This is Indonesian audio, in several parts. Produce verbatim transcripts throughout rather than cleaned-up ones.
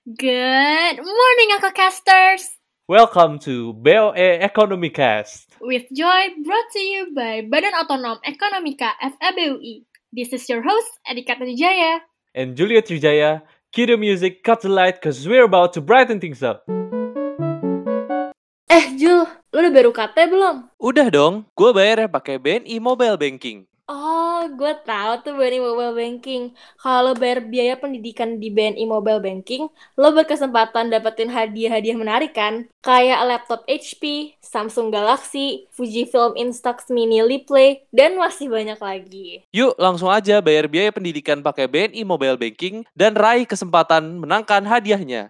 Good morning, Casters! Welcome to B O E Economy Cast. With joy brought to you by Badan Otonom Ekonomika F E B U I. This is your host, Adhika Trijaya. And Julia Trijaya. Cue the music, cut the light, cause we're about to brighten things up. Eh, Jul, lu udah bayar U K T belum? Udah dong, gue bayarnya pakai B N I Mobile Banking. Oh, gue tahu tuh B N I Mobile Banking. Kalau lo bayar biaya pendidikan di B N I Mobile Banking, lo berkesempatan dapetin hadiah-hadiah menarik kan? Kayak laptop H P, Samsung Galaxy, Fujifilm Instax Mini Replay, dan masih banyak lagi. Yuk langsung aja bayar biaya pendidikan pakai B N I Mobile Banking dan raih kesempatan menangkan hadiahnya.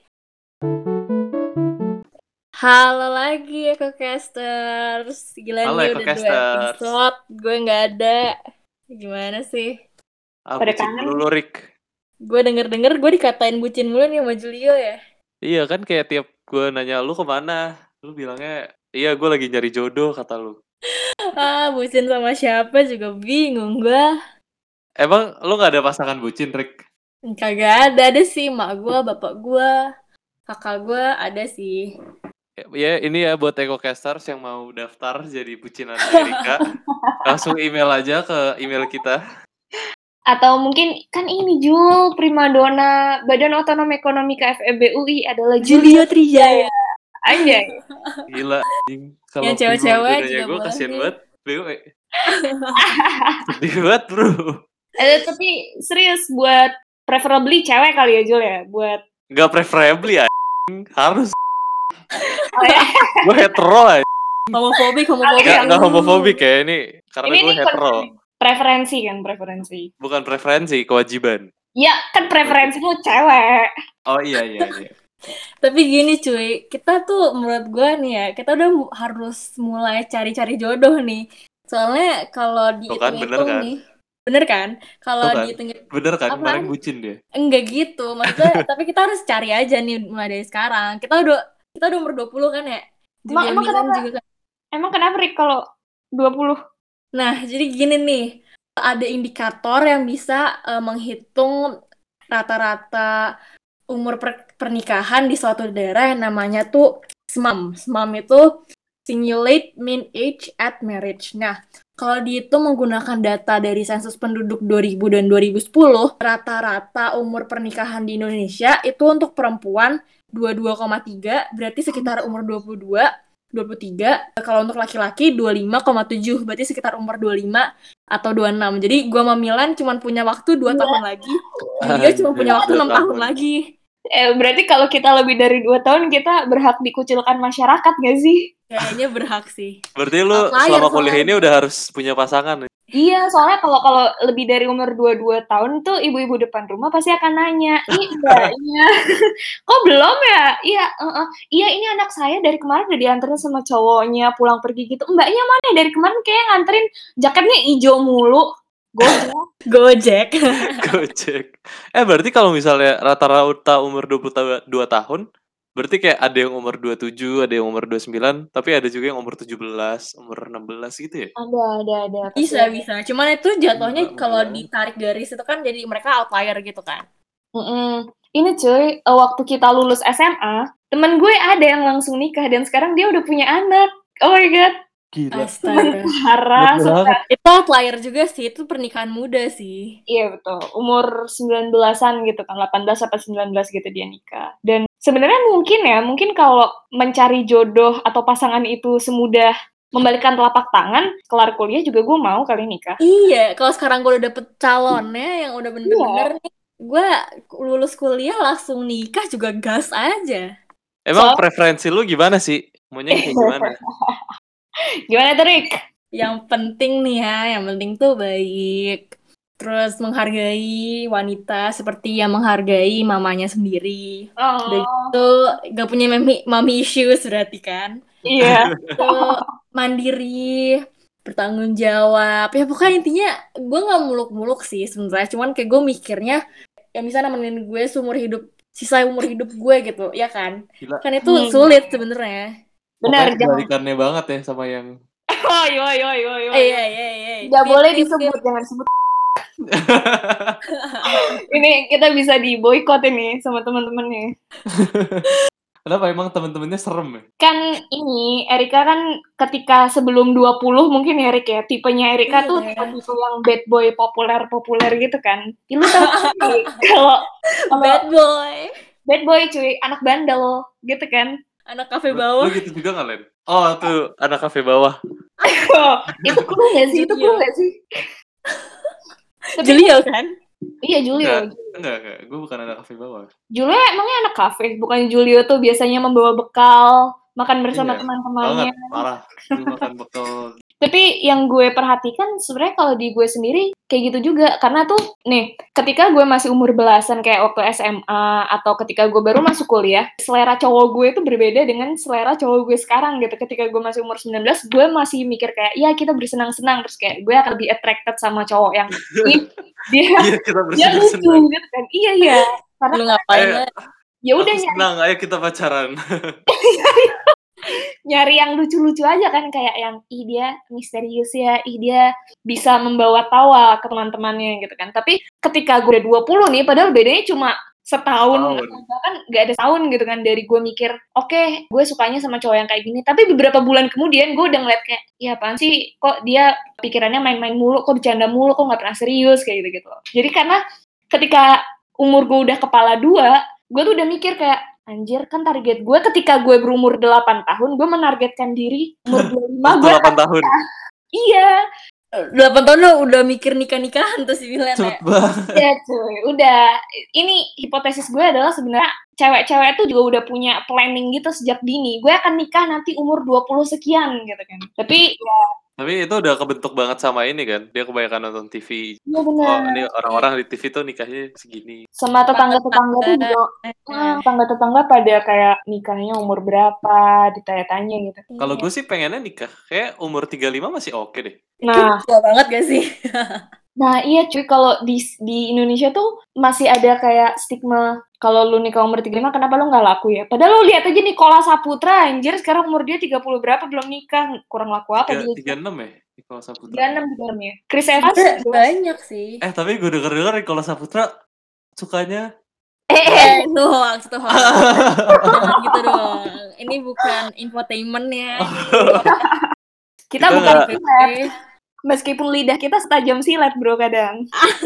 Halo lagi Ecocasters. Gila Halo, nih udah dua Ecocasters. episode, gue gak ada. Gimana sih? Ah, Pada bucin kangen. dulu, Rick. Gue denger-denger gue dikatain bucin mulu nih sama Julio ya. Iya kan, kayak tiap gue nanya lu kemana, lu bilangnya, iya gue lagi nyari jodoh, kata lu. Ah, bucin sama siapa juga bingung gue. Emang lu gak ada pasangan bucin, Rick? Kagak ada, ada sih mak gue, bapak gue, kakak gue ada sih. Ya ini ya buat Ecocasters yang mau daftar jadi bucinan Erika, langsung email aja ke email kita. Atau mungkin kan ini Jul, primadona Badan Otonom Ekonomika F E B U I adalah Julio Trijaya. Anjay. Gila anjing. Kalau Yang cewek-cewek juga gue boleh kasihan nih. banget. B U I. Sedih banget bro. Eh, tapi serius buat preferably cewek kali ya Jul ya, buat Gak preferably ya. Harus. oh, ya. Gue hetero aja. Homofobik, homofobik. Gak, gak homofobik ya ini. Karena Ini gue nih hetero. preferensi kan, preferensi. Bukan preferensi, kewajiban. Ya kan preferensi lu cewek. Oh iya iya iya. Tapi gini cuy, kita tuh menurut gue nih ya, kita udah mu- harus mulai cari-cari jodoh nih. Soalnya kalau Tuh kan, bener dihitung-hitung kan? nih, bener kan? Kalau Tuh kan. dihitung Bener kan, Apaan? kemarin bucin dia. enggak gitu, maksudnya tapi kita harus cari aja nih mulai dari sekarang. Kita udah kita udah umur dua puluh kan ya? Emang- Julia emang Milan kenapa? juga kan. Emang kenapa Rick kalau dua puluh? Nah, jadi gini nih, ada indikator yang bisa eh, menghitung rata-rata umur per- pernikahan di suatu daerah yang namanya tuh S M A M. S M A M itu Simulate Mean Age at Marriage. Nah, kalau dihitung menggunakan data dari sensus penduduk dua ribu dan dua ribu sepuluh, rata-rata umur pernikahan di Indonesia itu untuk perempuan dua puluh dua koma tiga, berarti sekitar umur dua puluh dua, dua puluh tiga. Kalau untuk laki-laki dua puluh lima koma tujuh, berarti sekitar umur dua puluh lima atau dua puluh enam. Jadi gua sama Milan cuma punya waktu dua tahun lagi. Julia cuma punya waktu enam tahun lagi. Eh, berarti kalau kita lebih dari dua tahun kita berhak dikucilkan masyarakat gak sih? Kayaknya berhak sih. Berarti lu Outlier selama kuliah soalnya. ini udah harus punya pasangan. Iya, soalnya kalau kalau lebih dari umur dua puluh dua tahun tuh ibu-ibu depan rumah pasti akan nanya, "Ih, mbaknya, kok belum ya?" Iya, uh-uh. Iya ini anak saya dari kemarin udah dianterin sama cowoknya pulang pergi gitu. Mbaknya mana dari kemarin kayak nganterin jaketnya hijau mulu. Gojek. Gojek. Gojek. Eh berarti kalau misalnya rata-rata umur dua puluh dua tahun, berarti kayak ada yang umur dua puluh tujuh, ada yang umur dua puluh sembilan, tapi ada juga yang umur tujuh belas, umur enam belas gitu ya? Ada, ada, ada. Bisa, bisa. Cuman itu jatuhnya Gila, kalau gila. ditarik garis itu kan jadi mereka outlier gitu kan. Mm-mm. Ini cuy, eh, waktu kita lulus S M A, temen gue ada yang langsung nikah dan sekarang dia udah punya anak. Oh my god, Gila. Astaga. parah. Bener banget. Itu outlier juga sih, itu pernikahan muda sih. Iya betul, umur sembilan belasan gitu kan, delapan belas sampai sembilan belas gitu dia nikah. Dan sebenarnya mungkin ya, mungkin kalau mencari jodoh atau pasangan itu semudah membalikkan telapak tangan, kelar kuliah juga gue mau kali nikah. Iya, kalau sekarang gue udah dapet calonnya yang udah bener-bener nih, gue lulus kuliah langsung nikah juga gas aja. Emang So- preferensi lu gimana sih? Maunya kayak gimana? Gimana tuh Rick? Yang penting nih ya, yang penting tuh baik. Terus menghargai wanita seperti yang menghargai mamanya sendiri. Udah Oh, gitu gak punya mami, mami issues berarti kan. iya. Tuh mandiri, bertanggung jawab. Ya pokoknya intinya gue gak muluk-muluk sih sebenarnya. Cuman kayak gue mikirnya yang bisa nemenin gue seumur hidup, sisa umur hidup gue gitu, ya kan? Gila. Kan itu Hmm. sulit sebenarnya. Benar, Pokoknya jangan. kebalikannya banget ya sama yang... Oh, yo, yo, yo, yo. Eh, iya, iya, iya. Nggak boleh Tip, tip, disebut, tip. jangan disebut. Ini kita bisa di-boikot ini sama teman-temannya. Kenapa emang temen-temennya serem ya? Kan ini, Erika kan ketika sebelum dua puluh mungkin ya, Rik, ya, tipenya Erika Iya. tuh tipe-tipe yang bad boy populer-populer gitu kan. Ya, lu tau kan sih, kalau kalau Bad boy. bad boy cuy, anak bandel gitu kan. Anak kafe Lu, bawah. lu gitu juga nggak, Len? Oh, tuh anak kafe bawah. Oh, itu clue nggak sih? Itu clue nggak sih? Tapi Julio kan? iya, Julio. Enggak, enggak, enggak. Gue bukan anak kafe bawah. Julio emangnya anak kafe, bukan Julio tuh biasanya membawa bekal, makan bersama Iya, teman-temannya. banget, parah. Gue makan bekal. Tapi yang gue perhatikan sebenarnya kalau di gue sendiri kayak gitu juga. Karena tuh, nih, ketika gue masih umur belasan kayak waktu S M A atau ketika gue baru masuk kuliah, selera cowok gue itu berbeda dengan selera cowok gue sekarang gitu. Ketika gue masih umur sembilan belas, gue masih mikir kayak, ya kita bersenang-senang. Terus kayak gue akan lebih attracted sama cowok yang, ih, dia, Iya, kita dia lucu bersenang-senang. gitu kan. Iya, iya. Karena Lu ngapain Ayo, lah? ya udah aku nyari, senang, ayo kita pacaran. nyari yang lucu-lucu aja kan, kayak yang ih dia misterius ya, ih dia bisa membawa tawa ke teman-temannya gitu kan. Tapi ketika gue udah dua puluh nih, padahal bedanya cuma setahun Tahun. atau bahkan nggak ada tahun gitu kan dari gue mikir, oke okay, gue sukanya sama cowok yang kayak gini. Tapi beberapa bulan kemudian gue udah ngeliat kayak, iya apaan sih, kok dia pikirannya main-main mulu, kok bercanda mulu, kok nggak pernah serius kayak gitu-gitu. Jadi karena ketika umur gue udah kepala dua, gue tuh udah mikir kayak, anjir, kan target gue ketika gue berumur delapan tahun, gue menargetkan diri umur dua puluh lima Waktu gue delapan tahun. iya, delapan tahun lo udah mikir nikah-nikahan tuh si Milen Cepet ya. banget. ya cuy, udah. Ini hipotesis gue adalah sebenarnya cewek-cewek tuh juga udah punya planning gitu sejak dini. Gue akan nikah nanti umur dua puluh sekian gitu kan. Tapi ya, Tapi itu udah kebentuk banget sama ini kan. Dia kebanyakan nonton T V. iya Oh, benar. ini orang-orang di T V tuh nikahnya segini. Sama tetangga-tetangga tuh juga, ah, tetangga-tetangga pada kayak nikahnya umur berapa, ditanya-tanya gitu. Kalau gue sih pengennya nikah kayak umur tiga puluh lima masih oke deh. Nah, Tua banget gak sih? Nah iya cuy, kalau di di Indonesia tuh masih ada kayak stigma kalau lu nikah umur tiga puluh lima kenapa lu nggak laku ya? Padahal lu lihat aja Nicola Saputra, anjir sekarang umur dia tiga puluh berapa belum nikah, kurang laku apa dia? tiga puluh enam ya Nicola Saputra. tiga puluh enam tiga puluh enam ya. Chris Evans Sebenernya juga. banyak sih. Eh tapi gue denger-denger Nicola Saputra sukanya Eh, eh, Eh, itu hoax, itu hoax. Jangan gitu dong. Ini bukan infotainment ya. kita Kita bukan nggak- silet. Meskipun lidah kita setajam silet bro kadang.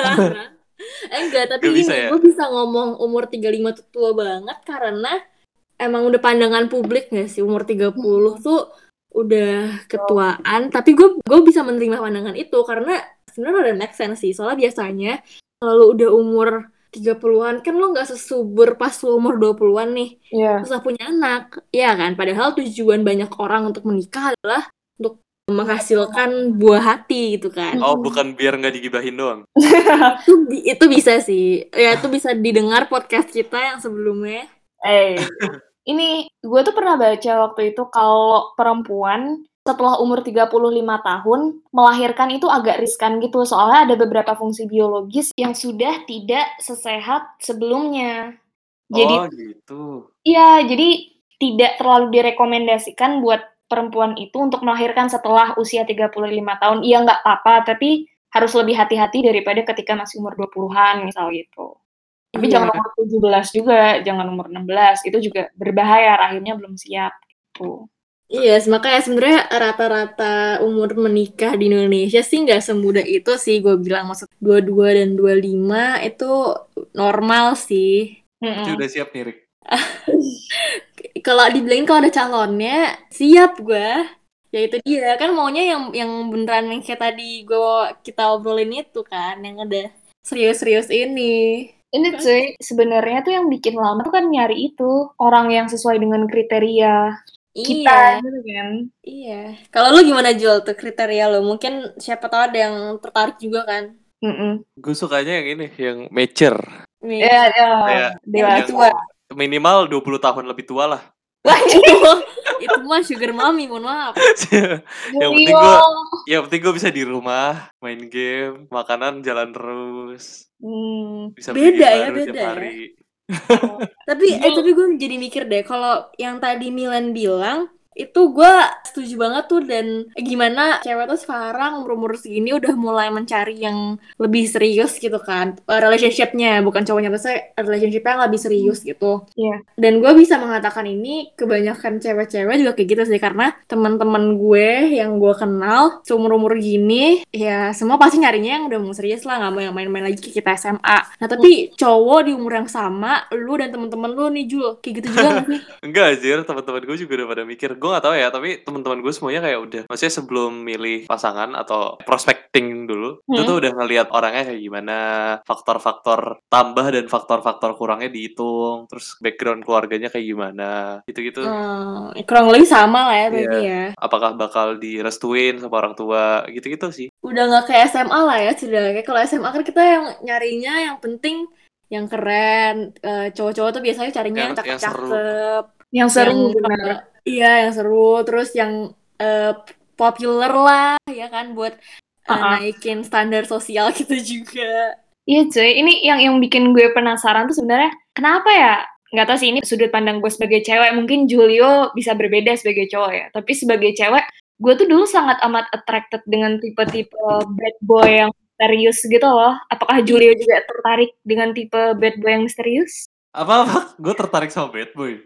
Eh, enggak, tapi Gak ini bisa ya? gue bisa ngomong umur tiga puluh lima tuh tua banget karena emang udah pandangan publik gak sih umur tiga puluh tuh udah ketuaan, tapi gue gue bisa menerima pandangan itu karena sebenarnya udah make sense sih. Soalnya biasanya kalau lu udah umur tiga puluhan kan lu nggak sesubur pas lu umur dua puluhan nih. Iya. Susah punya anak, ya kan? Padahal tujuan banyak orang untuk menikah adalah untuk menghasilkan buah hati gitu kan. Oh bukan biar nggak digibahin doang. itu itu bisa sih. Ya itu bisa didengar podcast kita yang sebelumnya. Eh, ini gue tuh pernah baca waktu itu kalau perempuan setelah umur tiga puluh lima tahun melahirkan itu agak riskan gitu soalnya ada beberapa fungsi biologis yang sudah tidak sesehat sebelumnya. Jadi Oh gitu. iya, jadi tidak terlalu direkomendasikan buat perempuan itu untuk melahirkan setelah usia tiga puluh lima tahun. Iya nggak apa-apa, tapi harus lebih hati-hati daripada ketika masih umur dua puluhan misal gitu. Tapi Iya. jangan umur tujuh belas juga, jangan umur enam belas. Itu juga berbahaya, akhirnya belum siap gitu. Iya, makanya sebenarnya rata-rata umur menikah di Indonesia sih nggak semudah itu sih gue bilang. Maksud dua puluh dua dan dua puluh lima itu normal sih. Itu udah siap nih Rick. Kalau dibilangin kalau ada calonnya, siap gue. Ya itu dia, kan maunya yang yang beneran yang kayak tadi gue kita obrolin itu kan, yang ada serius-serius ini. Ini cuy, sebenarnya tuh yang bikin lama tuh kan nyari itu orang yang sesuai dengan kriteria kita Iya, gitu kan. iya. Kalau lu gimana Jul tuh kriteria lu? Mungkin siapa tahu ada yang tertarik juga kan? Mm-mm. Gue sukanya yang ini, yang mature. Nih. Ya, ya, Kayak dewasa. yang tua. Minimal dua puluh tahun lebih tua lah. Waduh, itu mah sugar mommy, mohon maaf. yang penting gue, yang penting gue bisa di rumah main game, makanan jalan terus, Hmm. bisa Beda ya, baru beda tiap hari. ya. Tapi eh tapi gue jadi mikir deh, kalau yang tadi Milan bilang Itu gue setuju banget tuh, dan gimana cewek tuh sekarang umur-umur segini udah mulai mencari yang lebih serius gitu kan. Uh, relationship-nya, bukan cowoknya, maksudnya relationship yang lebih serius gitu. Iya. Dan gue bisa mengatakan ini kebanyakan cewek-cewek juga kayak gitu sih, karena teman-teman gue yang gue kenal seumur-umur gini ya semua pasti nyarinya yang udah mau serius lah, nggak mau yang main-main lagi kayak kita S M A. Nah tapi cowok di umur yang sama, lu dan teman-teman lu nih Jul, kayak gitu juga nggak sih? Enggak anjir, teman-teman gue juga udah pada mikir. Gue gak tahu ya, tapi teman-teman gue semuanya kayak udah, maksudnya sebelum milih pasangan atau prospecting dulu, itu tuh Hmm. udah ngelihat orangnya kayak gimana, faktor-faktor tambah dan faktor-faktor kurangnya dihitung, terus background keluarganya kayak gimana, gitu-gitu. Hmm, kurang lebih sama lah ya berarti Iya. ya. Apakah bakal direstuin sama orang tua, gitu-gitu sih. Udah nggak kayak S M A lah ya, sudah kayak kalau S M A kan kita yang nyarinya yang penting yang keren. Eh, cowok-cowok tuh biasanya carinya Yang yang yang seru. cakep-cakep, Yang seru yang benar. eh, iya yang seru, terus yang eh, populer lah ya kan, buat eh, Uh-uh. naikin standar sosial kita juga. Iya cuy, ini yang yang bikin gue penasaran tuh sebenarnya kenapa ya? Nggak tahu sih, ini sudut pandang gue sebagai cewek. Mungkin Julio bisa berbeda sebagai cowok ya. Tapi sebagai cewek, gue tuh dulu sangat amat attracted dengan tipe-tipe bad boy yang misterius gitu loh. Apakah Julio juga tertarik dengan tipe bad boy yang misterius? Apa-apa? Gue tertarik sama bad boy.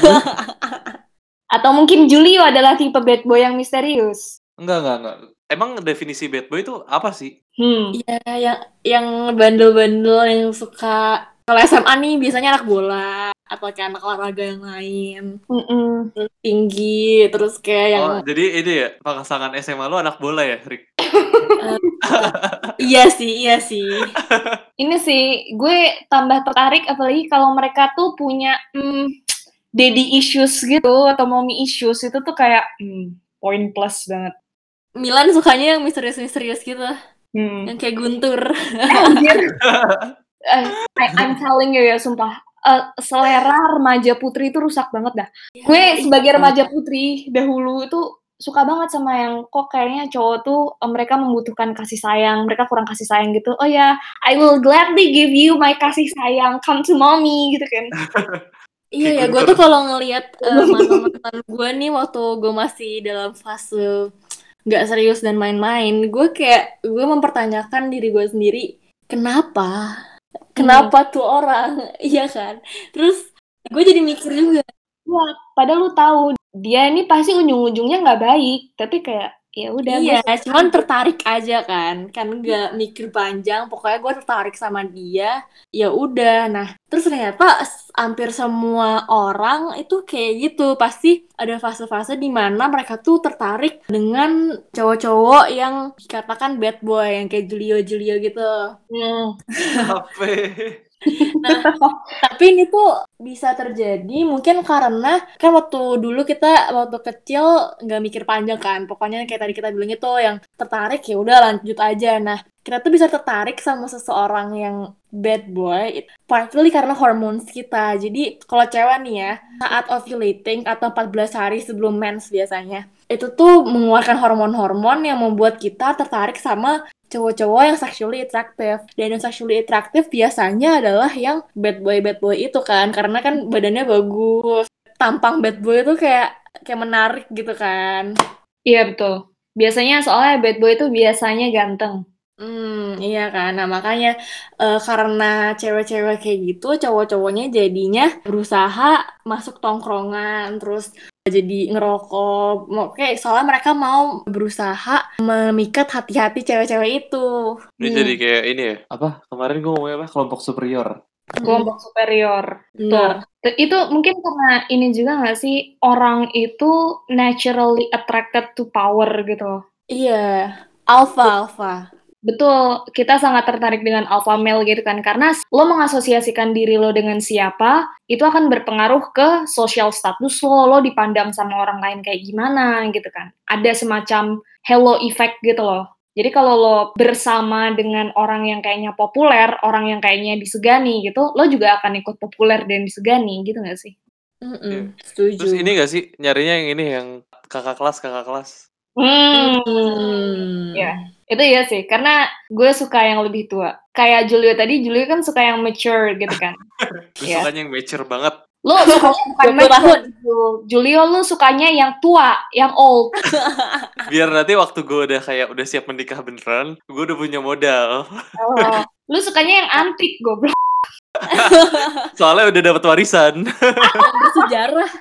Atau mungkin Julio adalah tipe bad boy yang misterius? Enggak, enggak, enggak. Emang definisi bad boy itu apa sih? Hmm. Iya, yang yang bandel-bandel yang suka, kalau S M A nih biasanya anak bola atau kayak anak olahraga yang lain, Mm-mm. terus tinggi, terus kayak yang Oh, jadi ini ya, pasangan S M A lu anak bola ya, Rick? eh, iya sih, iya sih. Ini sih, gue tambah tertarik apalagi kalau mereka tuh punya hmm, daddy issues gitu atau mommy issues, itu tuh kayak hmm, poin plus banget. Milan sukanya yang misterius-misterius gitu, Hmm. yang kayak Guntur. Eh, anjir. Eh, I- I'm telling you ya, sumpah. Eh, selera remaja putri itu rusak banget dah. Ya, Gue iya. sebagai remaja putri dahulu itu suka banget sama yang kok kayaknya cowok tuh eh, mereka membutuhkan kasih sayang, mereka kurang kasih sayang gitu. Oh ya, I will gladly give you my kasih sayang, come to mommy gitu kan. Iya Kayak ya, gue Guntur. tuh kalau ngelihat eh, mantan-mantan gue nih waktu gue masih dalam fase nggak serius dan main-main, gue kayak gue mempertanyakan diri gue sendiri, kenapa? Kenapa tuh orang? Iya kan? Terus gue jadi mikir juga. Wah, padahal lu tahu dia ini pasti ujung-ujungnya nggak baik, tapi kayak ya udah gue Iya, cuman tertarik aja kan, kan nggak mikir panjang. Pokoknya gue tertarik sama dia, ya udah. Nah, terus ternyata s- hampir semua orang itu kayak gitu. Pasti ada fase-fase di mana mereka tuh tertarik dengan cowok-cowok yang dikatakan bad boy, yang kayak Julio-Julio gitu. Hmm. Apa? Nah, tapi ini tuh bisa terjadi mungkin karena kan waktu dulu kita waktu kecil nggak mikir panjang kan. Pokoknya kayak tadi kita bilang itu yang tertarik ya udah lanjut aja. Nah, kita tuh bisa tertarik sama seseorang yang bad boy it- partly karena hormones kita. Jadi kalau cewek nih ya, saat ovulating atau empat belas hari sebelum mens biasanya, itu tuh mengeluarkan hormon-hormon yang membuat kita tertarik sama cowok-cowok yang sexually attractive. Dan yang sexually attractive biasanya adalah yang bad boy bad boy itu kan, karena kan badannya bagus, tampang bad boy itu kayak kayak menarik gitu kan. Iya betul. Biasanya soalnya bad boy itu biasanya ganteng. Hmm, iya kan. Nah, makanya eh, karena cewek-cewek kayak gitu, cowok-cowoknya jadinya berusaha masuk tongkrongan, terus jadi ngerokok. Mau- Kayak soalnya mereka mau berusaha memikat hati-hati cewek-cewek itu. Ini Hmm. jadi kayak ini ya. Apa? Kemarin gue ngomongnya apa? Kelompok superior. Kelompok superior. Benar. Tuh. Itu mungkin karena ini juga nggak sih, orang itu naturally attracted to power gitu. Iya, alpha alpha. Betul, kita sangat tertarik dengan alpha male gitu kan, karena lo mengasosiasikan diri lo dengan siapa, itu akan berpengaruh ke social status lo, lo dipandang sama orang lain kayak gimana gitu kan. Ada semacam halo effect gitu loh. Jadi kalau lo bersama dengan orang yang kayaknya populer, orang yang kayaknya disegani gitu, lo juga akan ikut populer dan disegani gitu gak sih? Mm-mm, Iya. setuju. Terus ini gak sih nyarinya yang ini yang kakak kelas kakak kelas? Hmm. Hmm. Ya, itu ya sih, karena gue suka yang lebih tua. Kayak Julio tadi, Julio kan suka yang mature gitu kan. Gue Iya. sukanya yang mature banget. Lo sukanya bukan dua puluh tahun. mature, Betul. Julio lu sukanya yang tua, yang old. Biar nanti waktu gue udah kayak udah siap menikah beneran, gue udah punya modal. Oh. Lu sukanya yang antik, goblok. Soalnya udah dapat warisan. Yang bersejarah.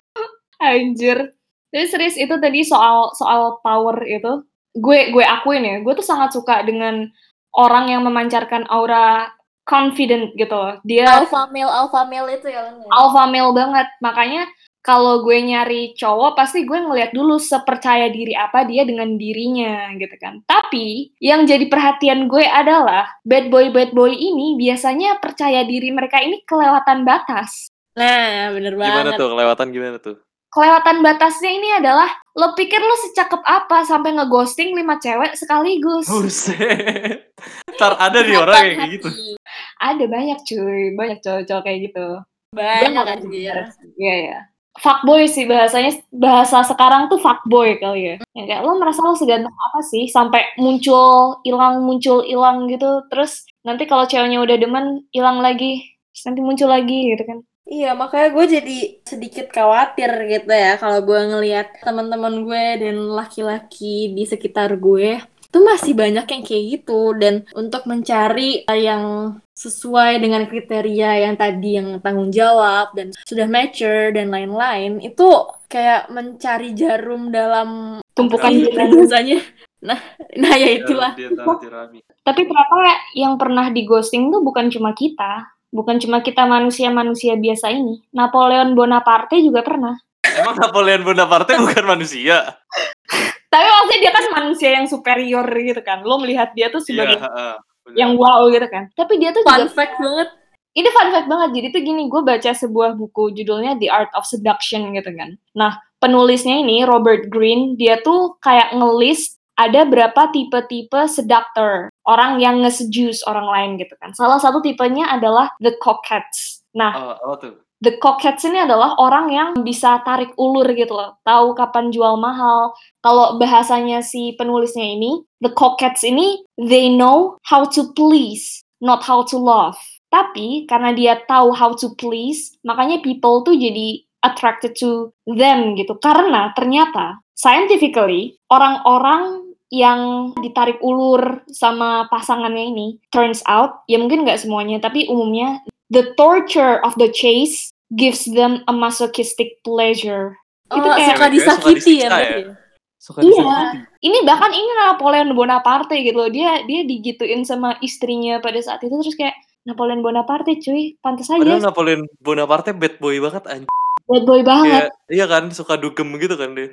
Anjir. Jadi serius itu tadi soal soal power itu, gue gue akuin ya, gue tuh sangat suka dengan orang yang memancarkan aura confident gitu. Dia Alpha male, alpha male itu ya. Len, ya? alpha male banget. Makanya kalau gue nyari cowok pasti gue ngeliat dulu sepercaya diri apa dia dengan dirinya gitu kan. Tapi yang jadi perhatian gue adalah bad boy bad boy ini biasanya percaya diri mereka ini kelewatan batas. Nah, bener Gimana banget. tuh kelewatan gimana tuh? Kelewatan batasnya ini adalah lo pikir lo secakep apa sampai ngeghosting lima cewek sekaligus. Buset. Ntar ada nih orang Kelihatan yang kayak gitu. hati. Ada banyak cuy, banyak cowok-cowok kayak gitu. Banyak Gue anjir. Iya ya. Fuckboy sih bahasanya, bahasa sekarang tuh fuckboy kali ya. Ya kayak lo merasa lo seganteng apa sih sampai muncul hilang muncul hilang gitu, terus nanti kalau ceweknya udah demen hilang lagi, terus nanti muncul lagi gitu kan. Iya, makanya gue jadi sedikit khawatir gitu ya kalau gue ngelihat teman-teman gue dan laki-laki di sekitar gue itu masih banyak yang kayak gitu, dan untuk mencari yang sesuai dengan kriteria yang tadi, yang tanggung jawab dan sudah mature dan lain-lain, itu kayak mencari jarum dalam Tumpukan apa sih jerami. bahasanya? Nah, nah ya itulah. Di antara jerami. Tapi ternyata yang pernah di ghosting tuh bukan cuma kita. Bukan cuma kita manusia-manusia biasa ini. Napoleon Bonaparte juga pernah. Emang Napoleon Bonaparte bukan manusia? Tapi maksudnya dia kan manusia yang superior gitu kan. Lo melihat dia tuh sebagai Iya, yang wow gitu kan. Tapi dia tuh Fun juga fact banget. Ini fun fact banget. Jadi tuh gini, gue baca sebuah buku judulnya The Art of Seduction gitu kan. Nah, penulisnya ini Robert Greene, dia tuh kayak ngelist ada berapa tipe-tipe seductor, orang yang nge-seduce orang lain gitu kan. Salah satu tipenya adalah the coquettes. Nah, Oh, apa tuh? the coquettes ini adalah orang yang bisa tarik ulur gitu loh, tahu kapan jual mahal. Kalau bahasanya si penulisnya ini, the coquettes ini, they know how to please, not how to love. Tapi karena dia tahu how to please, makanya people tuh jadi attracted to them gitu. Karena ternyata scientifically, orang-orang yang ditarik ulur sama pasangannya ini, turns out, ya mungkin nggak semuanya, tapi umumnya, the torture of the chase gives them a masochistic pleasure. Oh, Itu kayak suka disakiti ya, berarti ya? Suka iya. disakiti. Ini bahkan ini Napoleon Bonaparte gitu loh. Dia dia digituin sama istrinya pada saat itu, terus kayak Napoleon Bonaparte cuy, pantas aja. Padahal Napoleon Bonaparte bad boy banget anjing. Bad boy banget. Iya, iya kan, suka dugem gitu kan dia.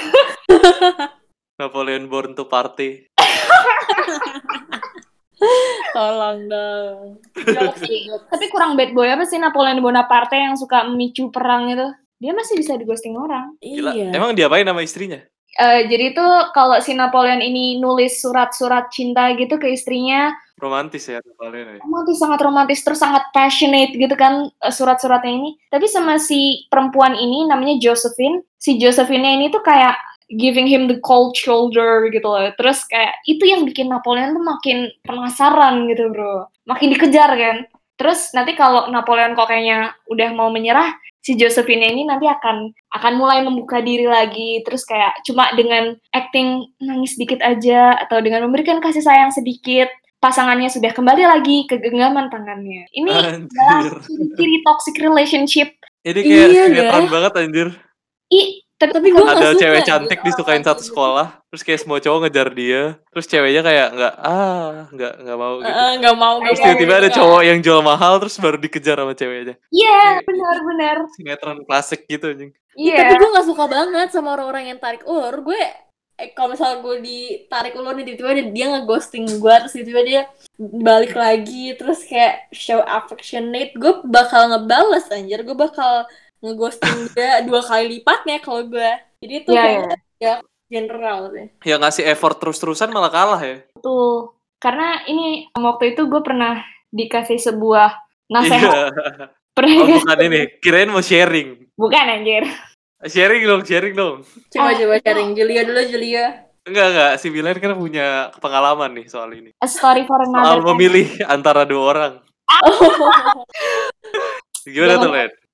Napoleon born to party. Tolong dong. Tapi, tapi kurang bad boy apa sih Napoleon Bonaparte yang suka memicu perang itu? Dia masih bisa digosting orang. Gila. Iya. Emang diapain sama istrinya? Uh, jadi tuh kalau si Napoleon ini nulis surat-surat cinta gitu ke istrinya, romantis ya Napoleon ya. Romantis, sangat romantis, terus sangat passionate gitu kan uh, surat-suratnya ini. Tapi sama si perempuan ini namanya Josephine, si Josephine-nya ini tuh kayak giving him the cold shoulder gitu loh. Terus kayak itu yang bikin Napoleon tuh makin penasaran gitu bro, makin dikejar kan. Terus nanti kalau Napoleon kok kayaknya udah mau menyerah, si Josephine ini nanti akan akan mulai membuka diri lagi, terus kayak cuma dengan acting nangis sedikit aja atau dengan memberikan kasih sayang sedikit, pasangannya sudah kembali lagi ke genggaman tangannya. Ini adalah ciri toxic relationship. Ini kayak iya, sinetron banget anjir. I, tapi, tapi gue ada suka cewek cantik disukain satu sekolah, terus kayak semua cowok ngejar dia, terus ceweknya kayak nggak ah nggak nggak mau gitu. Uh, nggak mau. Terus tiba-tiba ada cowok yang jual mahal, terus baru dikejar sama ceweknya. Iya, yeah, benar-benar. Sinetron klasik gitu anjing. Iya. Yeah. Tapi gue nggak suka banget sama orang-orang yang tarik ulur. Gue eh, kalau misalnya gue ditarik ulur nih, tiba-tiba dia ngeghosting gue, terus tiba-tiba dia balik lagi, terus kayak show affectionate, gue bakal ngebales anjir, gue bakal ngeghosting dia dua kali lipatnya kalau gue. Jadi itu yeah, kayak yeah. ya general sih. Ya ngasih effort terus-terusan malah kalah ya. Betul. Karena ini waktu itu gue pernah dikasih sebuah nasihat. Iya. Oh, bukan ini, kirain mau sharing. Bukan anjir. Sharing dong, sharing dong. Coba coba sharing. Julia dulu, Julia. Enggak, enggak. Si Milen kan punya pengalaman nih soal ini. A story for another. Soal memilih time. Antara dua orang. Oh. Gimana tuh, Len?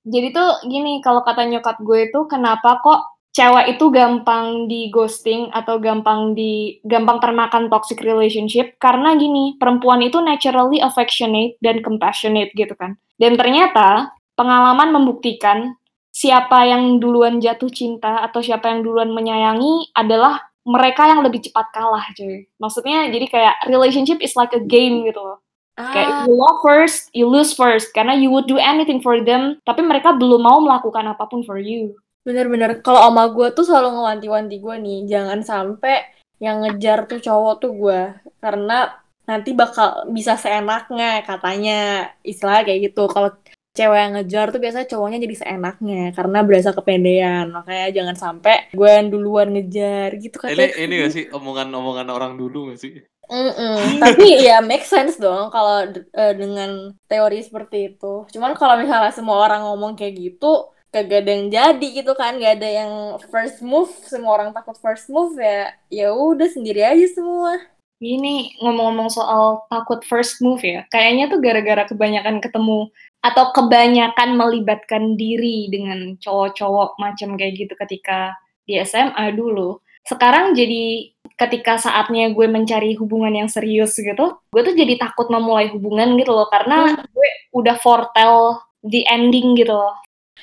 Jadi tuh gini, kalau kata nyokap gue itu kenapa kok cewek itu gampang di ghosting atau gampang di gampang termakan toxic relationship, karena gini, perempuan itu naturally affectionate dan compassionate gitu kan. Dan ternyata pengalaman membuktikan siapa yang duluan jatuh cinta atau siapa yang duluan menyayangi adalah mereka yang lebih cepat kalah, cuy. Maksudnya jadi kayak relationship is like a game gitu loh. Kayak Ah, you love first, you lose first. Karena you would do anything for them, tapi mereka belum mau melakukan apapun for you. bener-bener. Kalau oma gue tuh selalu ngewanti-wanti gue nih, jangan sampai yang ngejar tuh cowok tuh gue. Karena nanti bakal bisa seenaknya katanya. Istilahnya kayak gitu. Kalau cewek yang ngejar tuh biasanya cowoknya jadi seenaknya. Karena berasa kepedean. Makanya jangan sampai gue yang duluan ngejar gitu Ini katanya. ini gak sih omongan-omongan orang dulu gak sih? Mm-mm. Tapi ya make sense dong kalau eh, dengan teori seperti itu. Cuman kalau misalnya semua orang ngomong kayak gitu, kagak ada yang jadi gitu kan, gak ada yang first move, semua orang takut first move ya, ya udah sendiri aja semua. Ini ngomong-ngomong soal takut first move ya, kayaknya tuh gara-gara kebanyakan ketemu atau kebanyakan melibatkan diri dengan cowok-cowok macam kayak gitu ketika di S M A dulu. Sekarang jadi ketika saatnya gue mencari hubungan yang serius gitu, gue tuh jadi takut memulai hubungan gitu loh, karena gue udah foretell the ending gitu loh.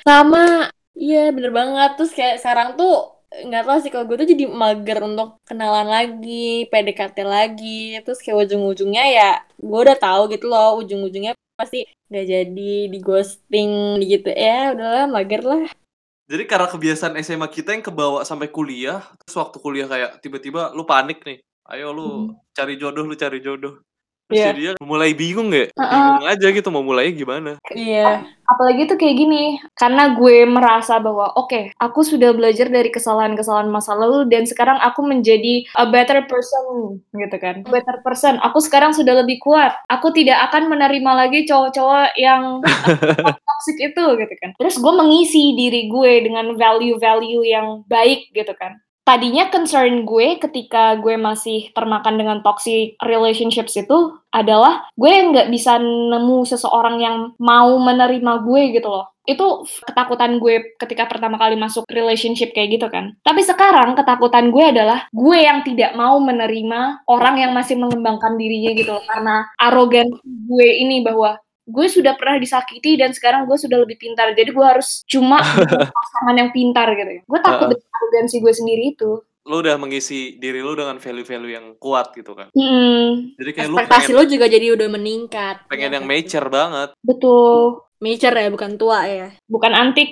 Sama, iya bener banget. Terus kayak sekarang tuh nggak tahu sih kalau gue tuh jadi mager untuk kenalan lagi, P D K T lagi. Terus kayak ujung-ujungnya ya gue udah tahu gitu loh, ujung-ujungnya pasti nggak jadi, di ghosting gitu ya. Udahlah, mager lah. Jadi karena kebiasaan S M A kita yang kebawa sampai kuliah, terus waktu kuliah kayak tiba-tiba lu panik nih. Ayo lu cari jodoh, lu cari jodoh. Terus Iya. jadinya mulai bingung gak? Uh-uh. Bingung aja gitu mau mulainya gimana. Iya. Apalagi tuh kayak gini, karena gue merasa bahwa oke, okay, aku sudah belajar dari kesalahan-kesalahan masa lalu dan sekarang aku menjadi a better person gitu kan. Better person, aku sekarang sudah lebih kuat. Aku tidak akan menerima lagi cowok-cowok yang toxic itu gitu kan. Terus gue mengisi diri gue dengan value-value yang baik gitu kan. Tadinya concern gue ketika gue masih termakan dengan toxic relationships itu adalah gue nggak bisa nemu seseorang yang mau menerima gue gitu loh. Itu ketakutan gue ketika pertama kali masuk relationship kayak gitu kan. Tapi sekarang ketakutan gue adalah gue yang tidak mau menerima orang yang masih mengembangkan dirinya gitu loh. Karena arogan gue ini bahwa gue sudah pernah disakiti dan sekarang gue sudah lebih pintar. Jadi gue harus cuma dengan pasangan yang pintar gitu ya. Gue takut dengan arogansi gue sendiri itu. Lu udah mengisi diri lu dengan value-value yang kuat gitu kan. Hmm, Jadi kayak lu Ekspektasi pengen lo juga jadi udah meningkat. pengen Iya yang kan? mature banget. betul. Mature ya, bukan tua ya. Bukan antik.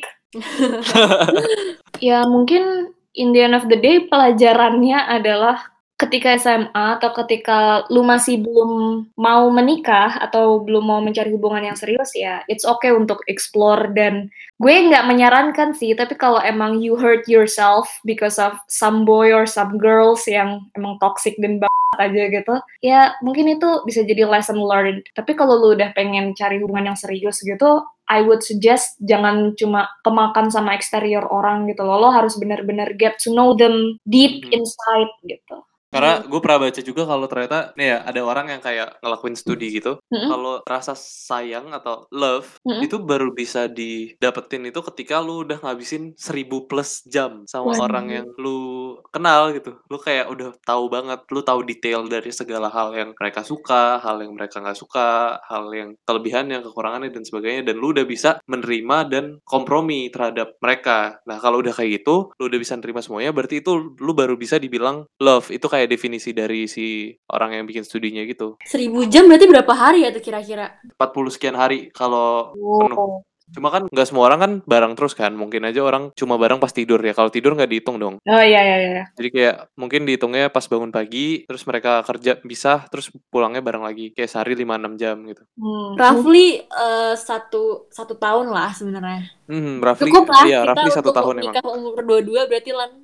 Ya mungkin in the end of the day pelajarannya adalah ketika S M A atau ketika lu masih belum mau menikah atau belum mau mencari hubungan yang serius ya, it's okay untuk explore. Dan gue nggak menyarankan sih, tapi kalau emang you hurt yourself because of some boy or some girls yang emang toxic dan banget aja gitu, ya mungkin itu bisa jadi lesson learned. Tapi kalau lu udah pengen cari hubungan yang serius gitu, I would suggest jangan cuma kemakan sama eksterior orang gitu loh. Lo harus benar-benar get to know them deep Mhm. inside gitu. Karena gue pernah baca juga kalau ternyata nih ya ada orang yang kayak ngelakuin studi gitu. Mm-mm. Kalau rasa sayang atau love Mm-mm. itu baru bisa didapetin itu ketika lu udah ngabisin seribu plus jam sama Waduh. orang yang lu kenal gitu. Lu kayak udah tahu banget, lu tahu detail dari segala hal yang mereka suka, hal yang mereka nggak suka, hal yang kelebihannya, kekurangannya dan sebagainya. Dan lu udah bisa menerima dan kompromi terhadap mereka. Nah kalau udah kayak gitu, lu udah bisa nerima semuanya, berarti itu lu baru bisa dibilang love. Itu kayak definisi dari si orang yang bikin studinya gitu. Seribu jam berarti berapa hari ya tuh kira-kira? empat puluh sekian hari kalau penuh. Wow. Cuma kan nggak semua orang kan bareng terus kan. Mungkin aja orang cuma bareng pas tidur ya. Kalau tidur nggak dihitung dong. Oh iya iya iya. Jadi kayak mungkin dihitungnya pas bangun pagi, terus mereka kerja pisah, terus pulangnya bareng lagi. Kayak sehari lima enam jam gitu. Hmm. Roughly eh, satu satu tahun lah sebenarnya. Hmm, roughly, Cukup lah iya, kita roughly satu untuk tahun emang. nikah umur dua-dua berarti Lan.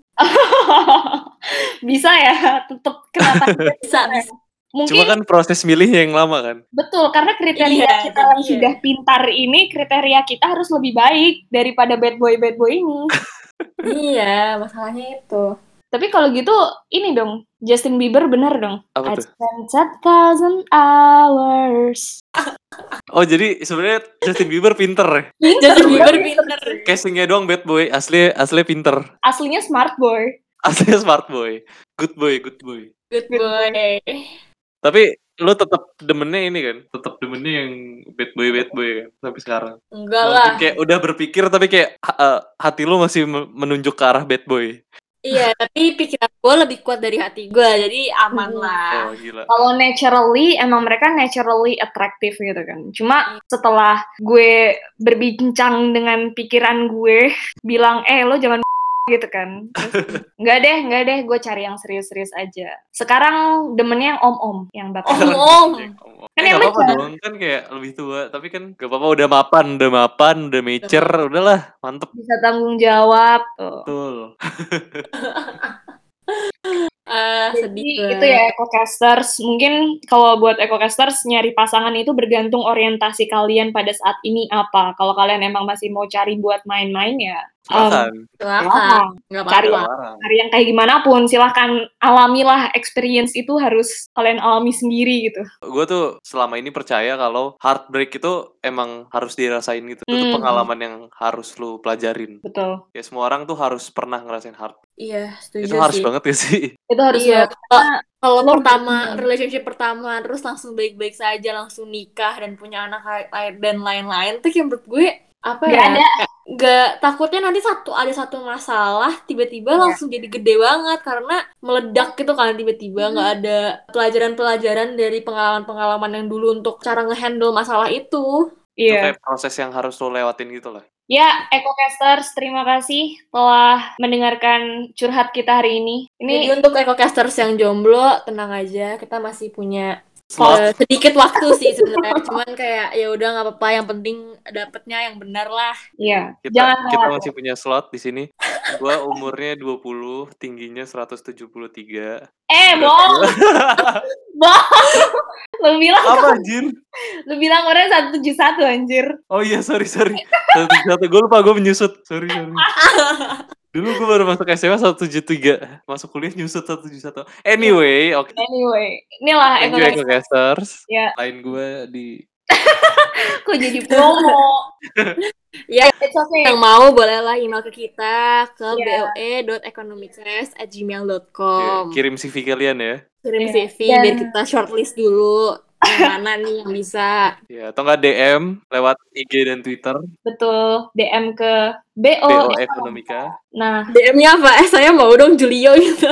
Bisa ya, tetap kenapa? Bisa, bisa. Mungkin Cuma kan proses milihnya yang lama kan. betul, karena kriteria Iya, kita yang jadi sudah ya. pintar ini, kriteria kita harus lebih baik daripada bad boy bad boy ini. Iya, masalahnya itu. Tapi kalau gitu ini dong, Justin Bieber bener dong. Apa I tuh? spent ten thousand hours. Oh jadi sebenarnya Justin Bieber pinter ya? Justin Bieber pinter. Casingnya doang bad boy, asli asli pinter. Aslinya smart boy. Aslinya smart boy, good boy, good boy. Good Good boy. Tapi lu tetap demennya ini kan, tetap demennya yang bad boy bad boy kan sampai sekarang. Enggak Walaupun lah. kayak udah berpikir tapi kayak uh, hati lu masih menunjuk ke arah bad boy. Iya, tapi pikiran gue lebih kuat dari hati gue, jadi aman Hmm. lah. Oh gila. Kalau naturally, emang mereka naturally attractive gitu kan. Cuma setelah gue berbincang dengan pikiran gue, bilang, eh lo jangan gitu kan. Terus, enggak deh, enggak deh, gue cari yang serius-serius aja. Sekarang demennya yang om-om, yang bapak. Om-om. Kan Eh yang gak apa-apa bener. dong, kan kayak lebih tua. Tapi kan gak apa-apa, udah mapan, udah mapan, udah mature, udahlah, mantep. Bisa tanggung jawab. Tuh. Betul. Ah, Jadi sedih banget. itu ya ecocasters. Mungkin kalau buat ecocasters nyari pasangan itu bergantung orientasi kalian pada saat ini apa. Kalau kalian emang masih mau cari buat main-main ya Silakan. Silakan. Nggak Cari apa-apa. Larang. cari yang kayak gimana pun, silahkan alamilah, experience itu harus kalian alami sendiri gitu. Gue tuh selama ini percaya kalau heartbreak itu emang harus dirasain gitu. Itu tuh Hmm. pengalaman yang harus lu pelajarin. Betul. Ya semua orang tuh harus pernah ngerasain heart. Iya, setuju Itu harus sih. banget ya sih. Itu harus Iya, banget. kalau kalau Lo pertama bener. relationship pertama terus langsung baik-baik saja, langsung nikah dan punya anak lain dan lain-lain, tuh yang menurut gue apa Nggak ya? ada. Gak takutnya nanti satu ada satu masalah tiba-tiba Iya. langsung jadi gede banget karena meledak gitu kan tiba-tiba nggak ada pelajaran-pelajaran dari pengalaman-pengalaman yang dulu untuk cara ngehandle masalah itu. Itu Iya. kayak proses yang harus lu lewatin gitu lah. Ya, ecocasters, terima kasih telah mendengarkan curhat kita hari ini. Jadi Ini untuk ecocasters yang jomblo, tenang aja, kita masih punya Slot. eh, sedikit waktu sih sebenarnya. Cuman kayak ya udah nggak apa-apa, yang penting dapetnya yang benar lah. ya, Kita jangan kita khawatir. masih punya slot di sini. Gua umurnya dua puluh, tingginya seratus tujuh puluh tiga. Eh, Berat bohong, gua- bohong. Lu bilang Apa anjir? lu bilang orang seratus tujuh puluh satu anjir. Oh iya, sorry sorry. seratus tujuh puluh satu. Gue lupa gue menyusut. Sorry sorry. Dulu gue baru masuk S M A seratus tujuh puluh tiga. Masuk kuliah nyusut seratus tujuh puluh satu. Anyway, oke. Anyway, inilah Thank you ecocasters. Ecocasters. Ya, Lain gue di kok jadi promo. Ya, It's okay. yang mau bolehlah email ke kita ke Iya. b o e dot economiclass at gmail dot ya, com. kirim C V kalian ya. Kirim Iya. C V Dan- biar kita shortlist dulu yang mana nih yang bisa. Ya, atau enggak D M lewat I G dan Twitter Betul, D M ke B O. B O Ekonomika. Nah, D M-nya apa? Eh, saya mau dong Julio gitu.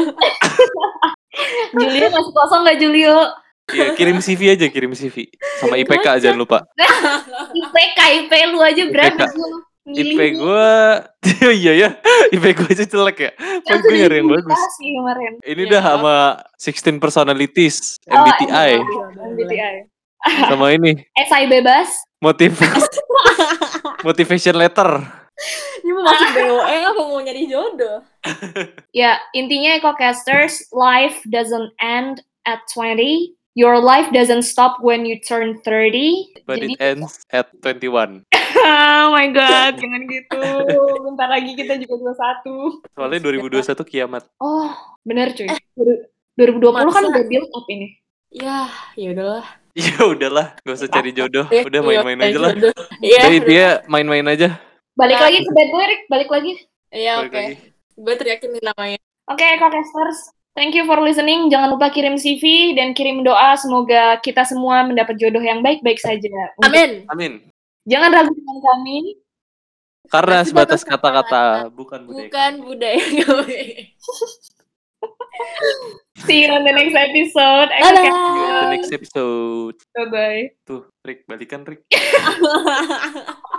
Julio masih kosong nggak Julio? Iya, kirim C V aja, kirim C V. Sama I P K jangan lupa. I P K, I P lu aja berapa I P K. lu? I P gue, iya ya, I P gue aja jelek ya. Kan Paling gue nyari yang bagus. sih kemarin. Ini Iya. dah sama sixteen personalities, M B T I, M B T I. sama ini Esai bebas. motiv motivation letter. Ini mau masuk B O E apa mau nyari jodoh? Ya, intinya ecocasters, life doesn't end at twenty. Your life doesn't stop when you turn thirty. But Jadi, it ends at twenty-one. oh my god, jangan gitu. Bentar lagi kita juga dua puluh satu. Soalnya dua ribu dua puluh satu kiamat. Oh, bener cuy. dua ribu dua puluh kan Masa? udah build up ini. Ya, ya udahlah. Ya udahlah, gak usah cari jodoh. Ya, Udah iya, main-main aja lah. jodoh. Iya, Udah intinya main-main aja. Balik Nah. lagi ke bad boy, Rick. Balik lagi. iya Balik oke. lagi. Gue teriakin nih namanya. Oke, ecocasters. Thank you for listening. Jangan lupa kirim C V dan kirim doa. Semoga kita semua mendapat jodoh yang baik-baik saja. Amin. Amin. Jangan ragu dengan kami. Karena Sebatas sebatas kata-kata, bukan budaya. Bukan budaya gue. See you on the next episode. Dadah. See you at the next episode. Bye-bye. Tuh, Rick, balikan Rick.